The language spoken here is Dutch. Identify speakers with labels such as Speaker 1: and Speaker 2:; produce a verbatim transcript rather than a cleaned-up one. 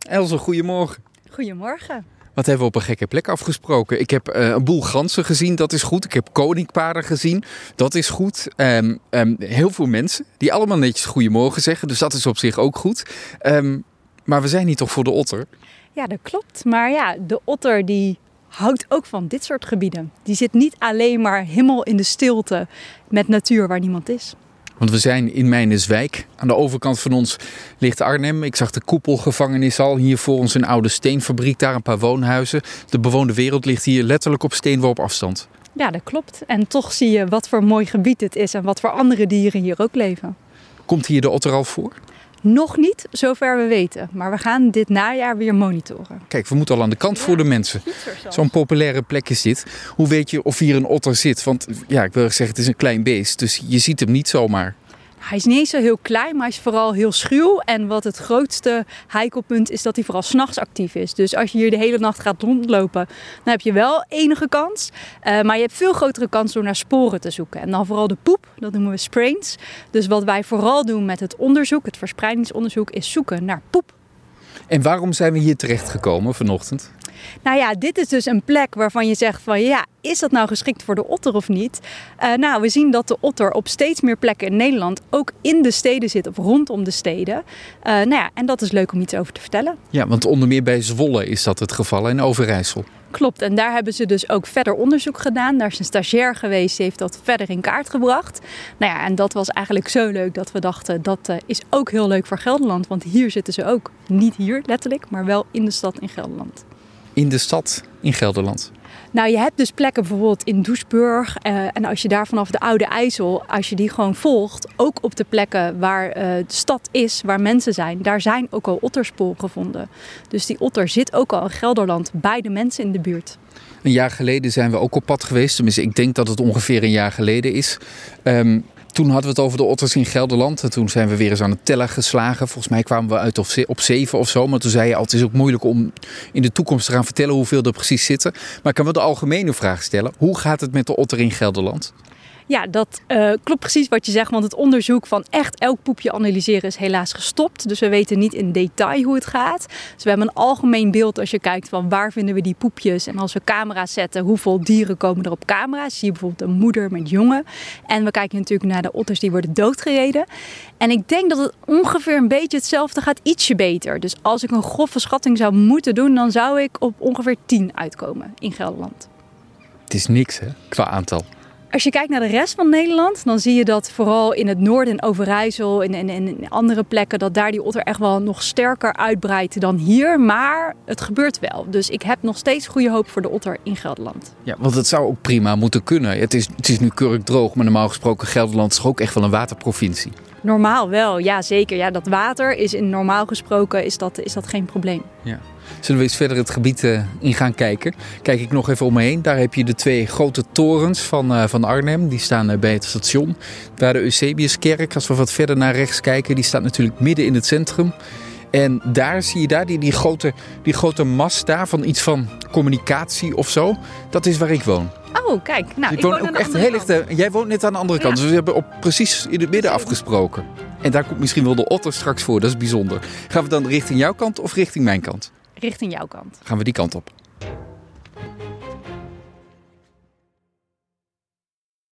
Speaker 1: Else, goedemorgen.
Speaker 2: Goedemorgen.
Speaker 1: Wat hebben we op een gekke plek afgesproken? Ik heb uh, een boel ganzen gezien, dat is goed. Ik heb koninkpaarden gezien, dat is goed. Um, um, heel veel mensen die allemaal netjes goedemorgen zeggen, dus dat is op zich ook goed. Um, maar we zijn hier toch voor de otter?
Speaker 2: Ja, dat klopt. Maar ja, de otter die houdt ook van dit soort gebieden. Die zit niet alleen maar helemaal in de stilte met natuur waar niemand is.
Speaker 1: Want we zijn in Mijnerswijk. Aan de overkant van ons ligt Arnhem. Ik zag de koepelgevangenis al. Hier voor ons een oude steenfabriek, daar een paar woonhuizen. De bewoonde wereld ligt hier letterlijk op steenworp afstand.
Speaker 2: Ja, dat klopt. En toch zie je wat voor mooi gebied het is en wat voor andere dieren hier ook leven.
Speaker 1: Komt hier de otter al voor?
Speaker 2: Nog niet, zover we weten. Maar we gaan dit najaar weer monitoren.
Speaker 1: Kijk, we moeten al aan de kant ja, voor de mensen. Zo'n populaire plek is dit. Hoe weet je of hier een otter zit? Want ja, ik wil zeggen, het is een klein beest. Dus je ziet hem niet zomaar.
Speaker 2: Hij is niet eens zo heel klein, maar hij is vooral heel schuw. En wat het grootste heikelpunt is dat hij vooral 's nachts actief is. Dus als je hier de hele nacht gaat rondlopen, dan heb je wel enige kans. Uh, maar je hebt veel grotere kans door naar sporen te zoeken. En dan vooral de poep, dat noemen we sprains. Dus wat wij vooral doen met het onderzoek, het verspreidingsonderzoek, is zoeken naar poep.
Speaker 1: En waarom zijn we hier terechtgekomen vanochtend?
Speaker 2: Nou ja, dit is dus een plek waarvan je zegt van ja, is dat nou geschikt voor de otter of niet? Uh, nou, we zien dat de otter op steeds meer plekken in Nederland ook in de steden zit of rondom de steden. Uh, nou ja, en dat is leuk om iets over te vertellen.
Speaker 1: Ja, want onder meer bij Zwolle is dat het geval in Overijssel.
Speaker 2: Klopt, en daar hebben ze dus ook verder onderzoek gedaan. Daar is een stagiair geweest, die heeft dat verder in kaart gebracht. Nou ja, en dat was eigenlijk zo leuk dat we dachten, dat uh, is ook heel leuk voor Gelderland. Want hier zitten ze ook, niet hier letterlijk, maar wel in de stad in Gelderland.
Speaker 1: In de stad in Gelderland?
Speaker 2: Nou, je hebt dus plekken bijvoorbeeld in Doesburg. Uh, en als je daar vanaf de Oude IJssel, als je die gewoon volgt, ook op de plekken waar uh, de stad is, waar mensen zijn, daar zijn ook al ottersporen gevonden. Dus die otter zit ook al in Gelderland bij de mensen in de buurt.
Speaker 1: Een jaar geleden zijn we ook op pad geweest. Tenminste, ik denk dat het ongeveer een jaar geleden is. Um, Toen hadden we het over de otters in Gelderland. En toen zijn we weer eens aan het tellen geslagen. Volgens mij kwamen we uit op zeven of zo. Maar toen zei je al, het is ook moeilijk om in de toekomst te gaan vertellen hoeveel er precies zitten. Maar ik kan wel de algemene vraag stellen. Hoe gaat het met de otter in Gelderland?
Speaker 2: Ja, dat uh, klopt precies wat je zegt. Want het onderzoek van echt elk poepje analyseren is helaas gestopt. Dus we weten niet in detail hoe het gaat. Dus we hebben een algemeen beeld als je kijkt van waar vinden we die poepjes. En als we camera's zetten, hoeveel dieren komen er op camera. Zie je bijvoorbeeld een moeder met jongen. En we kijken natuurlijk naar de otters die worden doodgereden. En ik denk dat het ongeveer een beetje hetzelfde gaat, ietsje beter. Dus als ik een grove schatting zou moeten doen, dan zou ik op ongeveer tien uitkomen in Gelderland.
Speaker 1: Het is niks, hè, qua aantal.
Speaker 2: Als je kijkt naar de rest van Nederland, dan zie je dat vooral in het noorden, in Overijssel en in, in, in andere plekken, dat daar die otter echt wel nog sterker uitbreidt dan hier. Maar het gebeurt wel. Dus ik heb nog steeds goede hoop voor de otter in Gelderland.
Speaker 1: Ja, want het zou ook prima moeten kunnen. Het is, het is nu kurkdroog, maar normaal gesproken Gelderland is toch ook echt wel een waterprovincie?
Speaker 2: Normaal wel, ja zeker. Ja, dat water is in normaal gesproken is dat, is dat geen probleem.
Speaker 1: Ja. Zullen we eens verder het gebied uh, in gaan kijken? Kijk ik nog even om me heen. Daar heb je de twee grote torens van, uh, van Arnhem. Die staan uh, bij het station. Daar de Eusebiuskerk. Als we wat verder naar rechts kijken. Die staat natuurlijk midden in het centrum. En daar zie je daar die, die, grote, die grote mast daar van iets van communicatie of zo. Dat is waar ik woon.
Speaker 2: Oh, kijk. Nou,
Speaker 1: dus ik,
Speaker 2: ik
Speaker 1: woon
Speaker 2: woon
Speaker 1: ook
Speaker 2: aan de
Speaker 1: echt
Speaker 2: andere
Speaker 1: heel
Speaker 2: kant.
Speaker 1: echt, jij woont net aan de andere kant. Ja. Dus we hebben op, precies in het midden afgesproken. En daar komt misschien wel de otter straks voor. Dat is bijzonder. Gaan we dan richting jouw kant of richting mijn kant?
Speaker 2: Richting jouw kant.
Speaker 1: Gaan we die kant op.